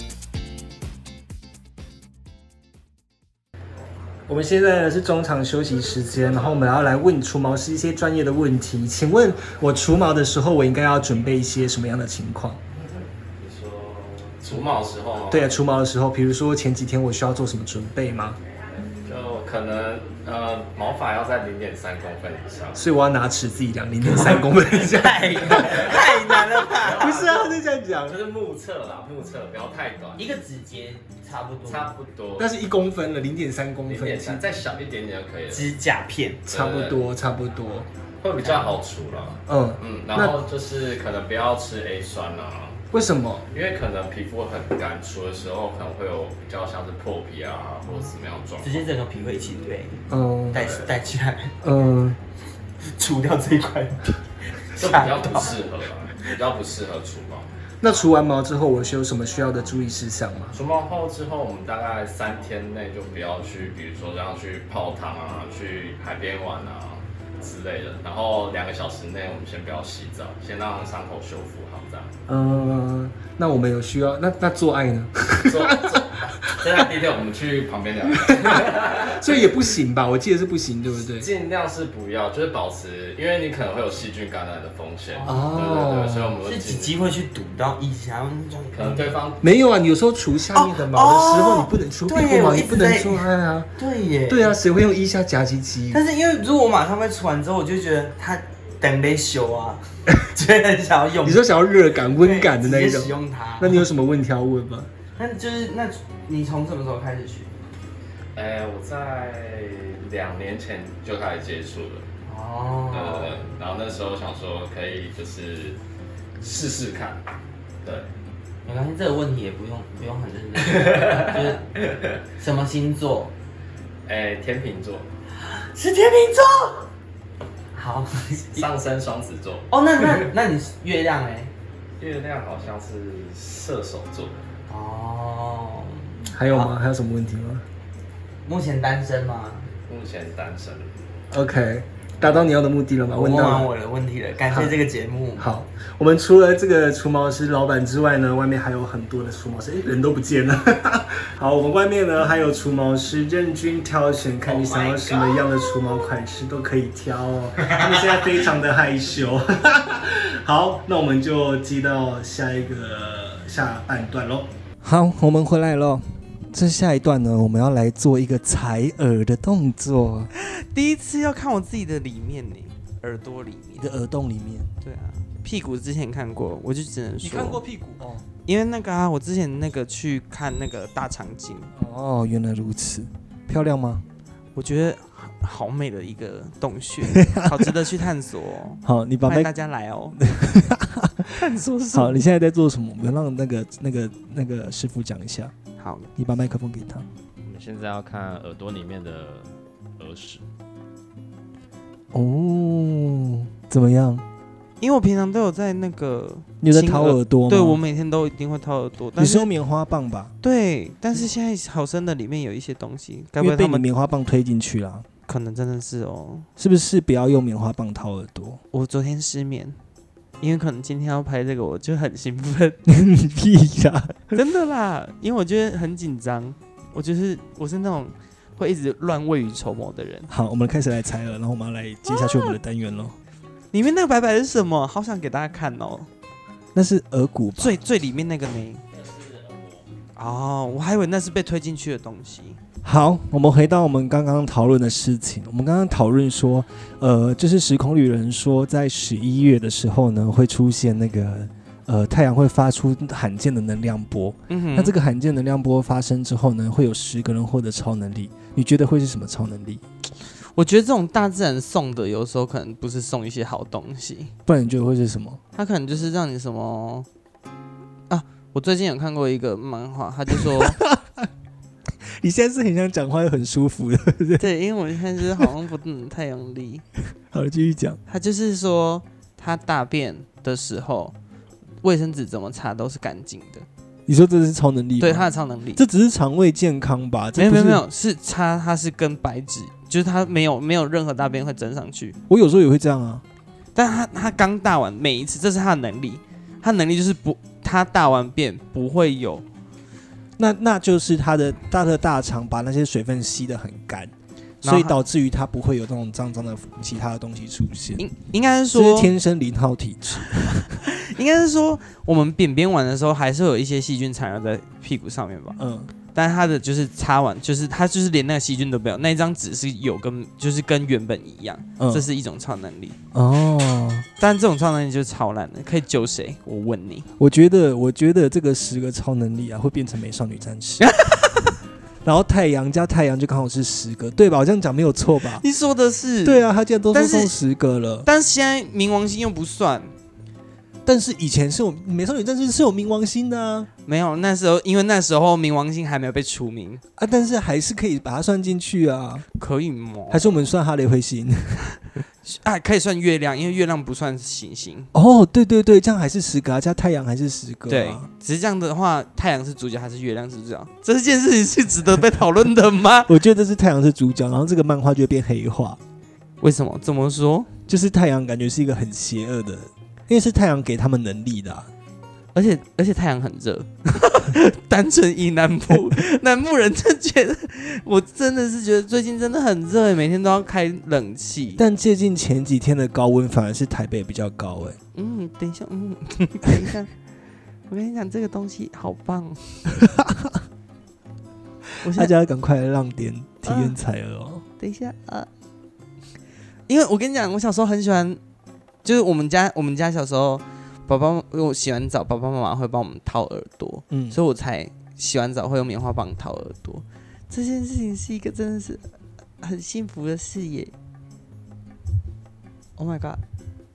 我们现在呢是中场休息时间，然后我们要来问除毛师一些专业的问题。请问我除毛的时候，我应该要准备一些什么样的情况？ 你说除毛的时候吗？ 对啊，除毛的时候，比如说前几天我需要做什么准备吗？ 就可能呃毛发要在零点三公分以上， 所以我要拿尺自己量零点三公分以下。 太太难了吧？ 不是啊，他就这样讲， 就是目测啦，目测不要太短， 一个指节差不多， 差不多。 那是一公分了，零点三公分， 零点三再小一点点就可以了。 指甲片， 差不多，差不多， 会比较好除啦。嗯嗯，然后就是可能不要吃 A 酸啊。 为什么？ 因为可能皮肤很干，除的时候可能会有比较像是破皮啊，或者什么样的状况， 直接整个皮会一起对， 嗯， 带带起来， 嗯， 除掉这一块， 就比较不适合啦，比较不适合除毛。 那除完毛之后，我是有什么需要的注意事项吗？ 除毛后之后，我们大概三天内就不要去，比如说让去泡汤啊，去海边玩啊之类的。然后两个小时内，我们先不要洗澡，先让伤口修复好这样。 嗯，那我们有需要，那那做爱呢？ 做现在第一天我们去旁边聊， 所以也不行吧？我记得是不行，对不对？ 尽量是不要，就是保持，因为你可能会有细菌感染的风险。 哦， 对对对，所以我们是几机会去堵到腋下， 可能对方没有啊。你有时候除下面的毛的时候，你不能除屁股毛，你不能做爱啊。 对耶。 对啊，谁会用腋下夹鸡鸡？ 但是因为如果我马上被除完之后，我就觉得它等被修啊，觉得很想要用。 你说想要热感、温感的那一种， 使用它。 那你有什么问题要问吗？ 那就是那你从什么时候开始学？ 哎、欸，我在两年前就开始接触了。 哦。 对对对，然后那时候想说可以就是试试看。对。 没关系，这个问题也不用不用很认真。就是什么星座？ 哎、欸，天秤座。 是天秤座。好。 上升双子座。 哦，那那那你月亮哎？ 月亮好像是射手座。 哦。 还有吗？还有什么问题吗？ 目前单身吗？ 目前单身。 OK， 达到你要的目的了吗？ 问完我的问题了，感谢这个节目。 好，好我们除了这个除毛师老板之外呢，外面还有很多的除毛师，哎，人都不见了。好，我们外面呢还有除毛师，任君挑选，看你想要什么样的除毛款式都可以挑哦。他们现在非常的害羞。好，那我们就接到下一个下半段喽。好，我们回来了。这下一段呢，我们要来做一个采耳的动作。 第一次要看我自己的里面呢，耳朵里面， 你的耳洞里面。 对啊， 屁股之前看过，我就只能说你看过屁股哦？ 因为那个啊，我之前那个去看那个大长今。 哦，原来如此，漂亮吗？ 我觉得好美的一个洞穴，好值得去探索、哦。 好，你把麦欢迎大家来哦。探索什么？ 好，你现在在做什么？我们让那个那个那个师傅讲一下。 好， 你把麦克风给他。 我们现在要看耳朵里面的耳屎。 哦，怎么样？ 因为我平常都有在那个， 你有在掏耳朵吗？ 对，我每天都一定会掏耳朵。但是你是用棉花棒吧？ 对，但是现在好生的里面有一些东西，该因为被你不会他们棉花棒推进去啦？ 可能真的是哦。 是不是不要用棉花棒掏耳朵？ 我昨天失眠，因为可能今天要拍这个，我就很兴奋。 屁呀！ 真的啦，因为我觉得很紧张，我就是我是那种会一直乱未雨绸缪的人。 好，我们开始来猜了，然后我们要来接下去我们的单元喽。 里面那个白白是什么？好想给大家看哦。 那是耳骨吧？ 最最里面那个呢？哦，我还以为那是被推进去的东西。 好，我们回到我们刚刚讨论的事情。我们刚刚讨论说，呃，就是时空旅人说，在十一月的时候呢，会出现那个呃，太阳会发出罕见的能量波。 嗯哼， 那这个罕见能量波发生之后呢，会有十个人获得超能力。你觉得会是什么超能力？ 我觉得这种大自然送的，有时候可能不是送一些好东西， 不然你觉得会是什么？ 它可能就是让你什么啊？我最近有看过一个漫画，他就说， 你现在是很想讲话又很舒服的，对不对？ 对，因为我现在就是好像不能太用力。 好了，继续讲。 他就是说，他大便的时候，卫生纸怎么擦都是干净的。 你说这是超能力吗？ 对，他的超能力。 这只是肠胃健康吧？ 没有没有没有，是擦它是跟白纸，就是它没有没有任何大便会蒸上去。 我有时候也会这样啊， 但他他刚大完每一次，这是他的能力，他能力就是不，他大完便不会有， 那那就是他的大的大肠把那些水分吸得很干，所以导致于他不会有那种脏脏的其他的东西出现。 应应该是这说是天生零号体质。 应该是说我们便便完的时候还是会有一些细菌残留在屁股上面吧。 嗯， 但他的就是擦完，就是他就是连那个细菌都没有，那一张纸是有跟就是跟原本一样， 嗯这是一种超能力。 哦， 但这种超能力就是超烂的，可以救谁？我问你。 我觉得我觉得这个十个超能力啊会变成美少女战士。然后太阳加太阳就刚好是十个，对吧？我这样讲没有错吧？ 你说的是对啊，他既然都说但是送十个了， 但是现在冥王星又不算， 但是以前是有美少女战士是有冥王星的啊， 没有那时候，因为那时候冥王星还没有被除名啊，但是还是可以把它算进去啊。 可以吗？ 还是我们算哈雷彗星？ 啊，可以算月亮，因为月亮不算行星。 哦，对对对，这样还是十个啊，加太阳还是十个、啊。 对，只是这样的话，太阳是主角还是月亮是主角？这件事情是值得被讨论的吗？ 我觉得这是太阳是主角，然后这个漫画就会变黑化。 为什么？怎么说？ 就是太阳感觉是一个很邪恶的，因为是太阳给他们能力的、啊。 而且而且太阳很热，单纯以南部南部人真觉得，我真的是觉得最近真的很热，每天都要开冷气。 但接近前几天的高温反而是台北比较高哎、欸。 嗯，等一下，嗯，等一下，我跟你讲，这个东西好棒。我大家赶快来让点体验采耳哦。 等一下啊，因为我跟你讲，我小时候很喜欢，就是我们家我们家小时候。爸爸，我洗完澡，爸爸妈妈会帮我们掏耳朵，嗯，所以我才洗完澡会用棉花棒掏耳朵。这件事情是一个真的是很幸福的事业。Oh my god！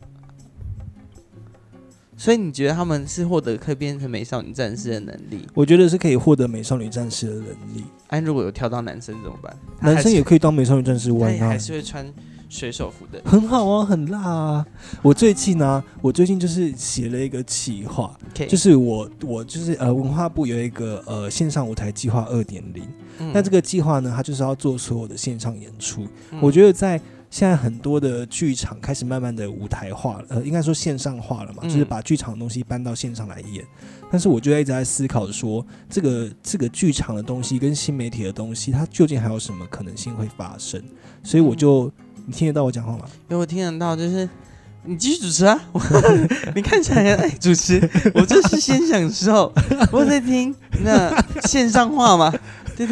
所以你觉得他们是获得可以变成美少女战士的能力？ 我觉得是可以获得美少女战士的能力。 哎、啊，如果有挑到男生怎么办？ 男生也可以当美少女战士玩啊， 他还是会穿水手服的， 很好啊，很辣啊！我最近呢、啊，我最近就是写了一个企划， okay. 就是我我就是呃文化部有一个呃线上舞台计划二点零，那这个计划呢，它就是要做所有的线上演出。嗯、我觉得在现在很多的剧场开始慢慢的舞台化了，呃，应该说线上化了嘛，嗯、就是把剧场的东西搬到线上来演。但是我就一直在思考说，这个这个剧场的东西跟新媒体的东西，它究竟还有什么可能性会发生？所以我就。嗯你听得到我讲话吗？ 因为我听得到，就是你继续主持啊！你看起来哎，主持，我就是先享受，我在听那线上话嘛。对对对，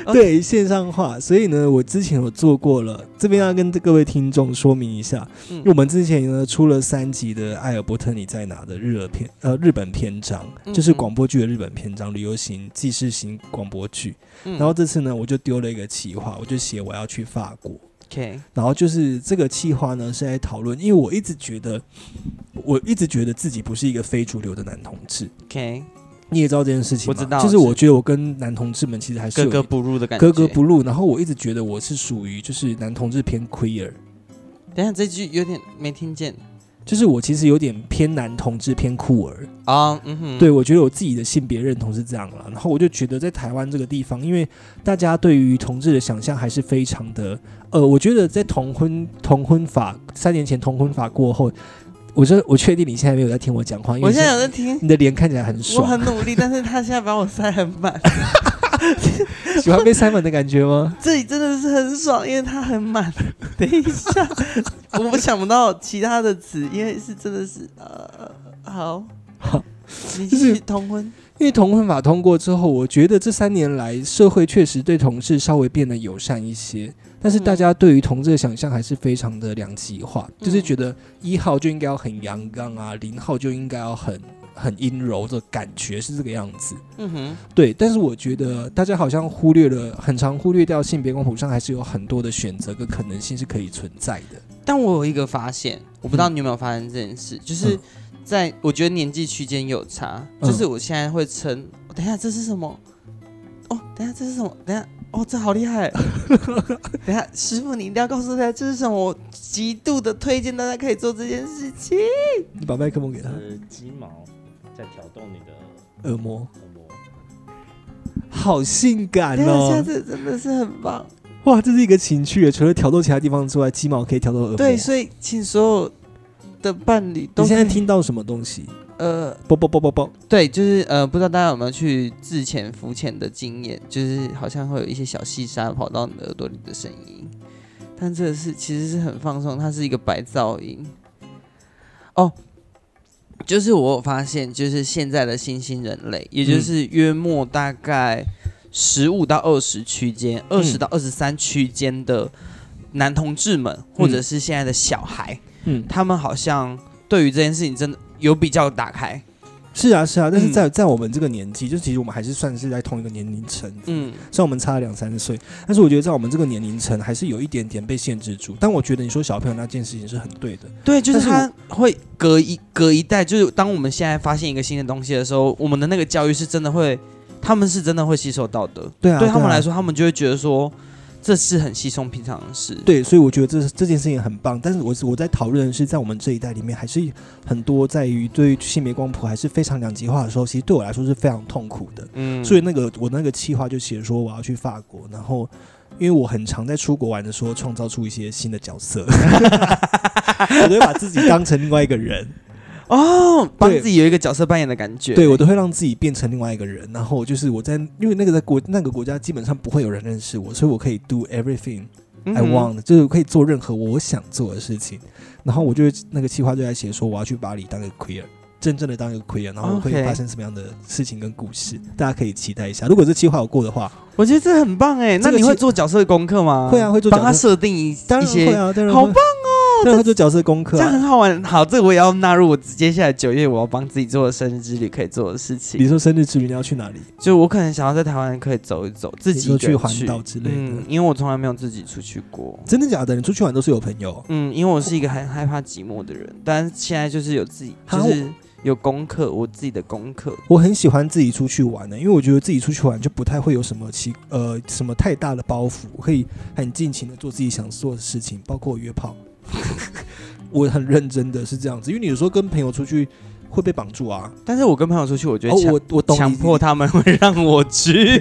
对，线上化。所以呢，我之前有做过了，这边要跟各位听众说明一下，嗯、因为我们之前呢出了三集的《艾尔伯特你在哪》的日本篇呃日本篇章，嗯、就是广播剧的日本篇章，旅游型纪实型广播剧。嗯、然后这次呢，我就丢了一个企划，我就写我要去法国。 Okay. 然后就是这个企划呢是在讨论，因为我一直觉得，我一直觉得自己不是一个非主流的男同志。 OK， 你也知道这件事情吗？ 我知道， 就是我觉得我跟男同志们其实还是格格不入的感觉， 格格不入。然后我一直觉得我是属于就是男同志偏 queer。 等一下这句有点没听见。 就是我其实有点偏男同志偏酷儿啊，嗯哼， 对，我觉得我自己的性别认同是这样了。然后我就觉得在台湾这个地方，因为大家对于同志的想象还是非常的，呃，我觉得在同婚同婚法三年前同婚法过后，我就我确定你现在没有在听我讲话，因为我现在有在听， 你的脸看起来很爽， 我很努力，但是他现在把我塞很满。 喜欢被塞满的感觉吗？ 这里真的是很爽，因为它很满。等一下，我想不到其他的词，因为是真的是呃，好， 好， 你继续同婚。 因为同婚法通过之后，我觉得这三年来社会确实对同志稍微变得友善一些，但是大家对于同志的想象还是非常的两极化，嗯、就是觉得一号就应该要很阳刚啊，零号就应该要很。很阴柔的感觉是这个样子，嗯哼，对。但是我觉得大家好像忽略了，很常忽略掉性别光谱上还是有很多的选择跟可能性是可以存在的。 但我有一个发现，我不知道你有没有发现这件事，嗯、就是在我觉得年纪区间有差，嗯、就是我现在会称，哦、等一下这是什么？哦，等一下这是什么？等一下哦，这好厉害！等一下师傅，你一定要告诉大家这是什么，我极度的推荐大家可以做这件事情。 你把麦克风给他。 是鸡毛。在挑动你的耳膜， 耳膜， 好性感哦！现在这真的是很棒， 哇，这是一个情趣，除了挑逗其他地方之外，鸡毛可以挑逗耳膜。 对，所以请所有的伴侣都。 你现在听到什么东西？ 呃， 啵啵啵啵啵。 对，就是呃，不知道大家有没有去自潜浮潜的经验，就是好像会有一些小细沙跑到你的耳朵里的声音，但这个是其实是很放松，它是一个白噪音。哦。就是我有发现，就是现在的新兴人类，也就是约莫大概十五到二十区间，二十到二十三区间的男同志们，嗯、或者是现在的小孩，嗯，他们好像对于这件事情真的有比较打开。 是啊，是啊，但是在、嗯、在我们这个年纪，就其实我们还是算是在同一个年龄层，嗯，虽然我们差了两三岁，但是我觉得在我们这个年龄层还是有一点点被限制住。但我觉得你说小朋友那件事情是很对的， 对，就是他会隔一隔一代，就是当我们现在发现一个新的东西的时候，我们的那个教育是真的会，他们是真的会吸收到的， 对啊， 对他们来说，他们就会觉得说。这是很稀松平常的事， 对，所以我觉得这这件事情很棒。但是我我在讨论的是，在我们这一代里面，还是很多在于对于性别光谱还是非常两极化的时候，其实对我来说是非常痛苦的。嗯，所以那个我那个企划就写说我要去法国，然后因为我很常在出国玩的时候创造出一些新的角色，我都会把自己当成另外一个人。 哦，帮自己有一个角色扮演的感觉， 对我都会让自己变成另外一个人，然后就是我在，因为那个在国那个国家基本上不会有人认识我，所以我可以 do everything I want，、嗯、就是可以做任何我想做的事情。然后我就那个企划就在写说我要去巴黎当一个 queer， 真正的当一个 queer， 然后会发生什么样的事情跟故事， okay. 大家可以期待一下。如果这企划有过的话， 我觉得这很棒哎。那你会做角色的功课吗？ 会啊，会做角色， 帮他设定一当然一些， 会啊，当然会好棒哦。 对，会做角色功课、啊， 这样很好玩。好，这个我也要纳入我接下来九月我要帮自己做的生日之旅可以做的事情。 比如说生日之旅你要去哪里？ 就我可能想要在台湾可以走一走，自己一个人去环岛之类的、嗯。 因为我从来没有自己出去过。 真的假的？你出去玩都是有朋友？ 嗯，因为我是一个很害怕寂寞的人，但是现在就是有自己，就是有功课，我自己的功课。 我很喜欢自己出去玩的、欸，因为我觉得自己出去玩就不太会有什么奇呃什么太大的包袱，我可以很尽情的做自己想做的事情，包括约炮。我很认真的是这样子，因为你有时候跟朋友出去会被绑住啊。 但是我跟朋友出去，我觉得强、 哦、我我强迫他们会让我去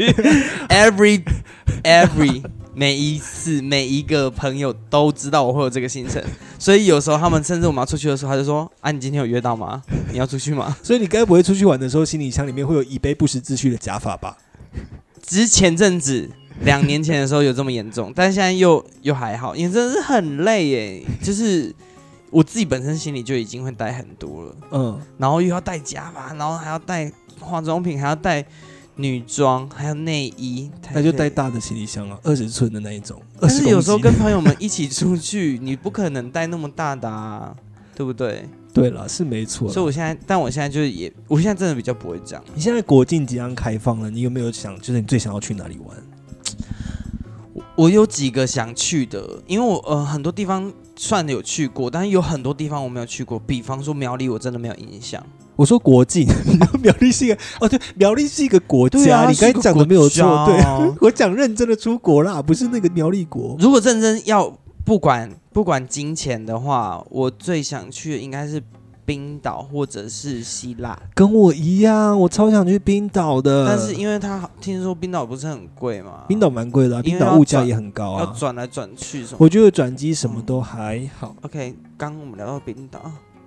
，every every 每一次每一个朋友都知道我会有这个行程，所以有时候他们甚至我们要出去的时候，他就说：“啊，你今天有约到吗？你要出去吗？” 所以你该不会出去玩的时候，行李箱里面会有以备不时之需的假发吧？ 只是前阵子。两年前的时候有这么严重，但是现在又又还好，因为真的是很累耶。就是我自己本身心里就已经会带很多了，嗯，然后又要带假发，然后还要带化妆品，还要带女装还有内衣， 那就带大的行李箱啊，二十寸的那一种。 但是有时候跟朋友们一起出去，你不可能带那么大的啊，对不对？ 对啦，是没错。 所以我现在，但我现在就是也，我现在真的比较不会这样。 你现在国境即将开放了，你有没有想，就是你最想要去哪里玩？ 我, 我有几个想去的，因为我呃很多地方算有去过，但是有很多地方我没有去过，比方说苗栗，我真的没有印象。我说国境，苗栗是一个哦，对，苗栗是一个国家， 啊、 你刚才讲的没有错，对，我讲认真的出国啦，不是那个苗栗国。 如果认真要不管不管金钱的话，我最想去的应该是冰岛或者是希腊。 跟我一样，我超想去冰岛的， 但是因为他听说冰岛不是很贵嘛， 冰岛蛮贵的、啊，冰岛物价也很高啊， 要转来转去什么， 我觉得转机什么都还好。 嗯、OK， 刚我们聊到冰岛。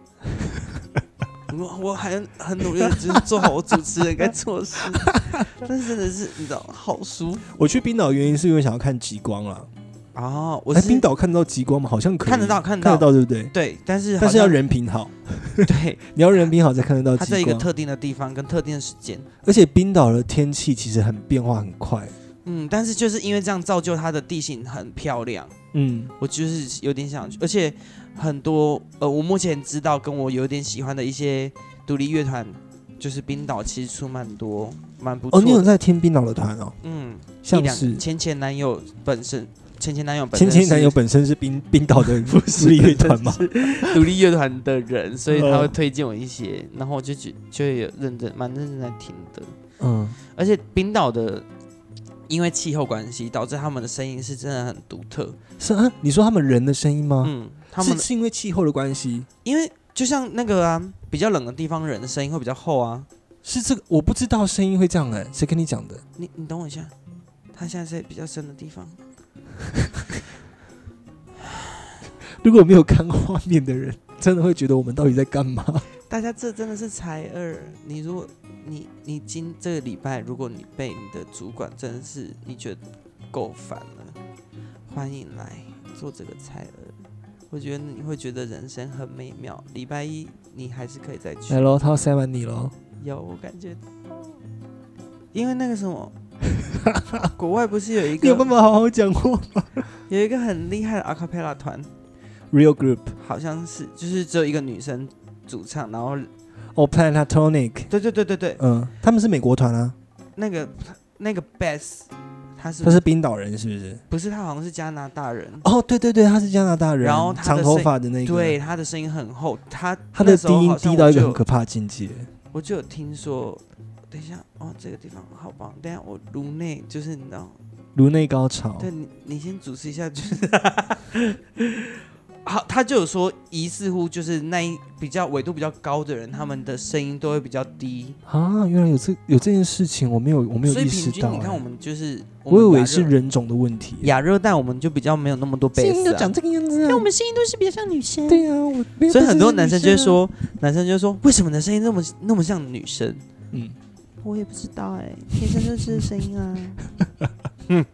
我还很努力的，只是做好我主持人该做的事，但是真的是你知道，好舒服。 我去冰岛原因是因为想要看极光啦。 哦，我是、 欸、冰岛看得到极光吗？好像可以看得到，看得到，看得到，对不对？ 对，但是但是要人品好。 对， 你要人品好才看得到极光。 它在一个特定的地方跟特定的时间， 而且冰岛的天气其实很变化很快。 嗯，但是就是因为这样造就它的地形很漂亮。嗯，我就是有点想去，而且很多呃，我目前知道跟我有点喜欢的一些独立乐团，就是冰岛其实出蛮多蛮不错的。 哦，你有在听冰岛的团哦？ 嗯， 像是前前男友本身，前前男友本身前前男友本身是冰冰岛的独立乐团吗？ 独立乐团的人，所以他会推荐我一些，然后我就就就有认真蛮认真在听的。嗯，而且冰岛的。因为气候关系，导致他们的声音是真的很独特。 是啊，你说他们人的声音吗？ 嗯，他们是, 是因为气候的关系。 因为就像那个啊，比较冷的地方，人的声音会比较厚啊。 是这个，我不知道声音会这样哎、欸，谁跟你讲的？ 你你等我一下，他现在在比较深的地方。 如果没有看画面的人，真的会觉得我们到底在干嘛？ 大家这真的是才二，你如果。你你今这个礼拜，如果你被你的主管真的是你觉得够烦了，欢迎来做这个采耳。我觉得你会觉得人生很美妙。礼拜一你还是可以再去。 来喽，他要塞完你喽。 有，我感觉到，因为那个什么，国外不是有一个？ 你有办法好好讲话吗？ 有一个很厉害的 a cappella 团 ，Real Group， 好像是就是只有一个女生主唱，然后。 哦 ，Pentatonix， 对对对对对， 嗯，他们是美国团啊。 那个那个 Bass， 他是他是冰岛人是不是？ 不是，他好像是加拿大人。 哦，对对对，他是加拿大人， 然后长头发的那个， 对，他的声音很厚，他他的低音低到一个很可怕的境界。 我就有听说，等一下哦，这个地方好棒，等一下我颅内就是你知道， 颅内高潮。 对你，你先主持一下，就是。好，他就有说，疑似乎就是那一比较纬度比较高的人，他们的声音都会比较低啊。原来有这有这件事情，我没有我没有意识到。所以平均你看，我们就是我以为是人种的问题。 亚热带我们就比较没有那么多贝斯、啊， 声音都长这个样子、啊，那我们声音都是比较像女生。 对啊，我所以很多男生就会说，男生就会说，为什么你的声音那么那么像女生？ 嗯，我也不知道哎、欸，天生就是声音啊。 嗯。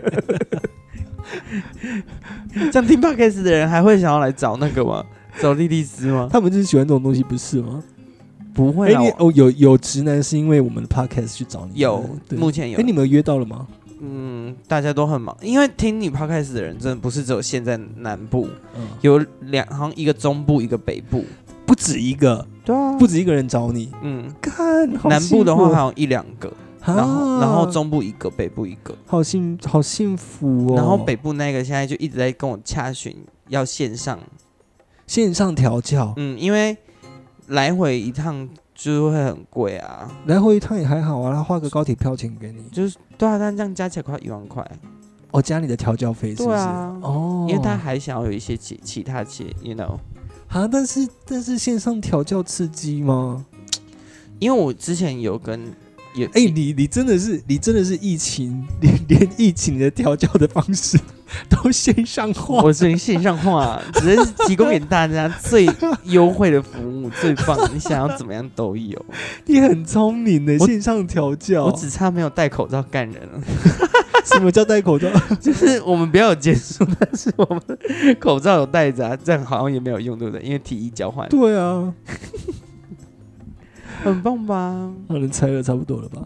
这样听 podcast 的人还会想要来找那个吗？找莉莉丝吗？ 他们就是喜欢这种东西，不是吗？ 不会啊、欸！ 哦，有有直男是因为我们的 podcast 去找你， 有，目前有。 哎、欸，你们有约到了吗？ 嗯，大家都很忙，因为听你 podcast 的人真的不是只有现在南部，嗯、有两，好像一个中部，一个北部， 不止一个， 对啊， 不止一个人找你。嗯，看南部的话好像一两个。然后，然后中部一个，北部一个， 好幸好幸福哦。 然后北部那个现在就一直在跟我洽询要线上， 线上调教。 嗯，因为来回一趟就会很贵啊。 来回一趟也还好啊，他花个高铁票钱给你， 就是对啊，但这样加起来快一万块。 哦，加你的调教费是不是？ 对啊， 哦， 因为他还想要有一些其其他些 ，you know。 啊，但是但是线上调教刺激吗？ 因为我之前有跟。 哎、欸，你你真的是你真的是疫情连连疫情的调教的方式都线上化， 我是线上化，只是提供给大家最优惠的服务，最棒的，你想要怎么样都有。 你很聪明的线上调教， 我只差没有戴口罩干人了。 什么叫戴口罩？ 就是我们不要有结束，但是我们口罩有戴着、啊，这样好像也没有用，对不对？因为体液交换。 对啊。 很棒吧？ 可能猜的差不多了吧？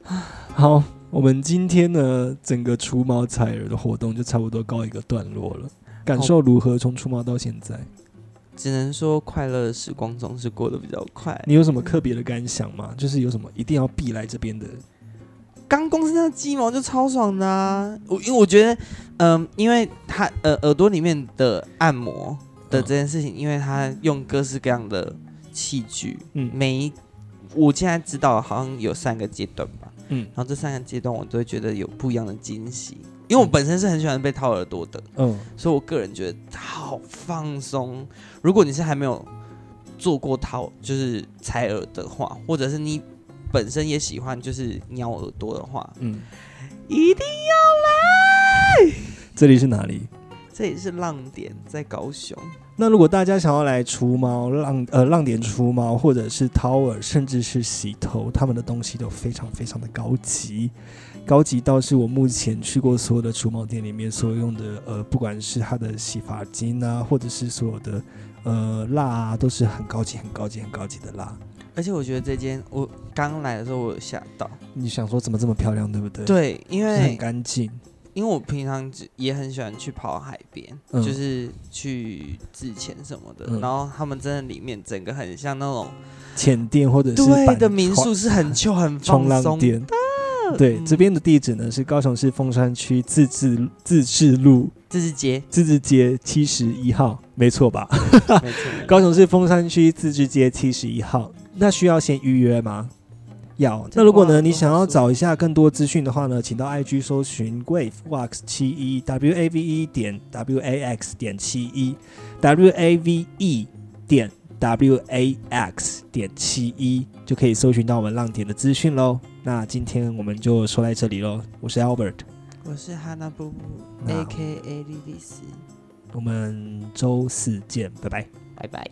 好，我们今天呢，整个除毛采耳的活动就差不多告一个段落了。感受如何？从除毛到现在， 只能说快乐的时光总是过得比较快。 你有什么特别的感想吗？就是有什么一定要必来这边的？ 刚光是那鸡毛就超爽的啊！我因为我觉得，嗯、呃，因为它呃耳朵里面的按摩的这件事情，嗯、因为它用各式各样的器具，嗯，每一我现在知道好像有三个阶段吧，嗯，然后这三个阶段我都会觉得有不一样的惊喜，因为我本身是很喜欢被掏耳朵的，嗯，所以我个人觉得好放松。如果你是还没有做过掏就是采耳的话，或者是你本身也喜欢就是鸟耳朵的话，嗯，一定要来。 这里是哪里？ 这里是浪点，在高雄。 那如果大家想要来除毛、浪呃浪点除毛，或者是掏耳，甚至是洗头，他们的东西都非常非常的高级，高级到是我目前去过所有的除毛店里面所用的呃，不管是它的洗发精啊，或者是所有的呃蜡啊，都是很高级、很高级、很高级的蜡。 而且我觉得这间我刚来的时候我有吓到， 你想说怎么这么漂亮，对不对？ 对，因为很干净。 因为我平常也很喜欢去跑海边，嗯、就是去自潜什么的、嗯，然后他们真的里面整个很像那种浅店或者是对的民宿，是很旧很放松的。 对，嗯、这边的地址呢是高雄市凤山区自治自治路自治街自治街七十一号，没错吧？没错。高雄市凤山区自治街七十一号，那需要先预约吗？要。那如果呢，你想要找一下更多资讯的话呢，请到 I G 搜寻 wave wax 七一 w a v e 点 w a x 点七一 w a v e 点 w a x 点七一就可以搜寻到我们浪点的资讯喽。那今天我们就说在这里喽，我是 Albert， 我是哈娜布布 A K A 莉莉丝， 我们周四见，拜拜， 拜拜。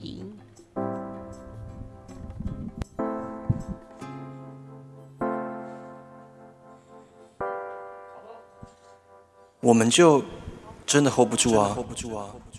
我们就真的 hold 不住啊 ，hold 不住啊。